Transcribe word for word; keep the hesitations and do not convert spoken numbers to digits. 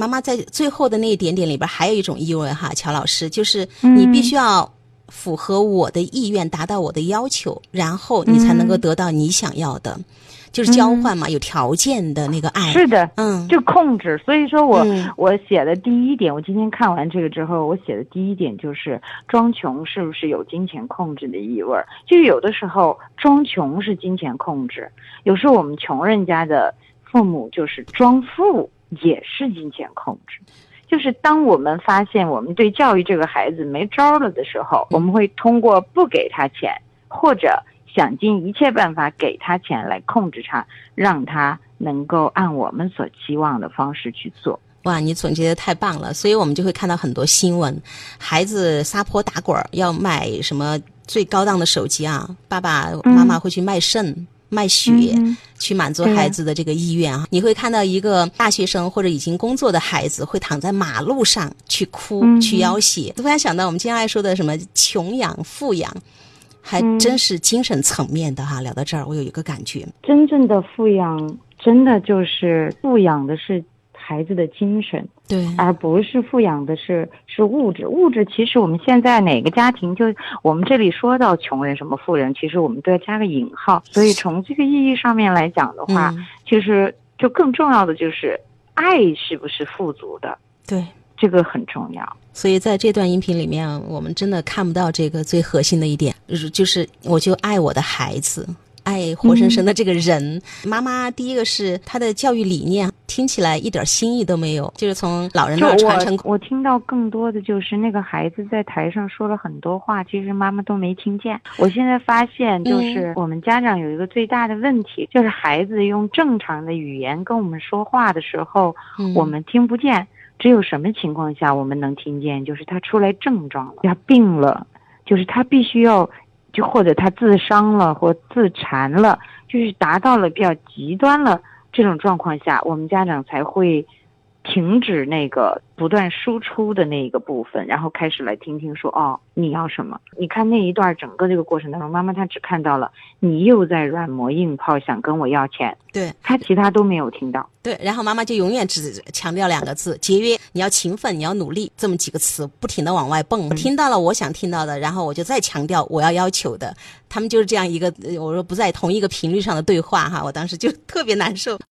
妈妈在最后的那一点点里边还有一种意味哈，乔老师，就是你必须要符合我的意愿，达到我的要求，然后你才能够得到你想要的。就是交换嘛、嗯，有条件的那个爱。 是的， 嗯， 就控制。所以说我、 嗯、 我写的第一点，我今天看完这个之后，我写的第一点就是装穷是不是有金钱控制的意味？就有的时候装穷是金钱控制，有时候我们穷人家的父母就是装富也是金钱控制。就是当我们发现我们对教育这个孩子没招了的时候，我们会通过不给他钱，或者想尽一切办法给他钱来控制他，让他能够按我们所期望的方式去做。 哇，你总结得太棒了！所以我们就会看到很多新闻，孩子撒泼打滚要买什么最高档的手机啊，爸爸妈妈会去卖肾、嗯、卖血、嗯、去满足孩子的这个意愿啊。你会看到一个大学生或者已经工作的孩子会躺在马路上去哭、嗯、去要挟。突然想到我们今天爱说的什么穷养富养，还真是精神层面的哈、嗯。聊到这儿我有一个感觉， 真正的富养真的就是富养的是孩子的精神， 对， 而不是富养的是是物质。物质其实我们现在哪个家庭，就我们这里说到穷人什么富人，其实我们都要加个引号。所以从这个意义上面来讲的话、嗯、其实就更重要的就是爱是不是富足的， 对， 这个很重要。 所以在这段音频里面，我们真的看不到这个最核心的一点，就是我就爱我的孩子，爱活生生的这个人、嗯、妈妈第一个是她的教育理念听起来一点新意都没有，就是从老人那儿传承。 我我听到更多的就是那个孩子在台上说了很多话，其实妈妈都没听见。我现在发现就是我们家长有一个最大的问题、嗯、就是孩子用正常的语言跟我们说话的时候、嗯、我们听不见。只有什么情况下我们能听见，就是他出来症状了，他病了，就是他必须要就或者他自伤了或自残了，就是达到了比较极端了，这种状况下我们家长才会停止那个不断输出的那个部分，然后开始来听听说哦你要什么。你看那一段整个这个过程当中，妈妈她只看到了你又在软磨硬泡想跟我要钱， 对， 她其他都没有听到。 对，然后妈妈就永远只强调两个字，节约，你要勤奋，你要努力，这么几个词不停地往外蹦。我听到了我想听到的，然后我就再强调我要要求的，他们就是这样一个我说不在同一个频率上的对话哈，我当时就特别难受。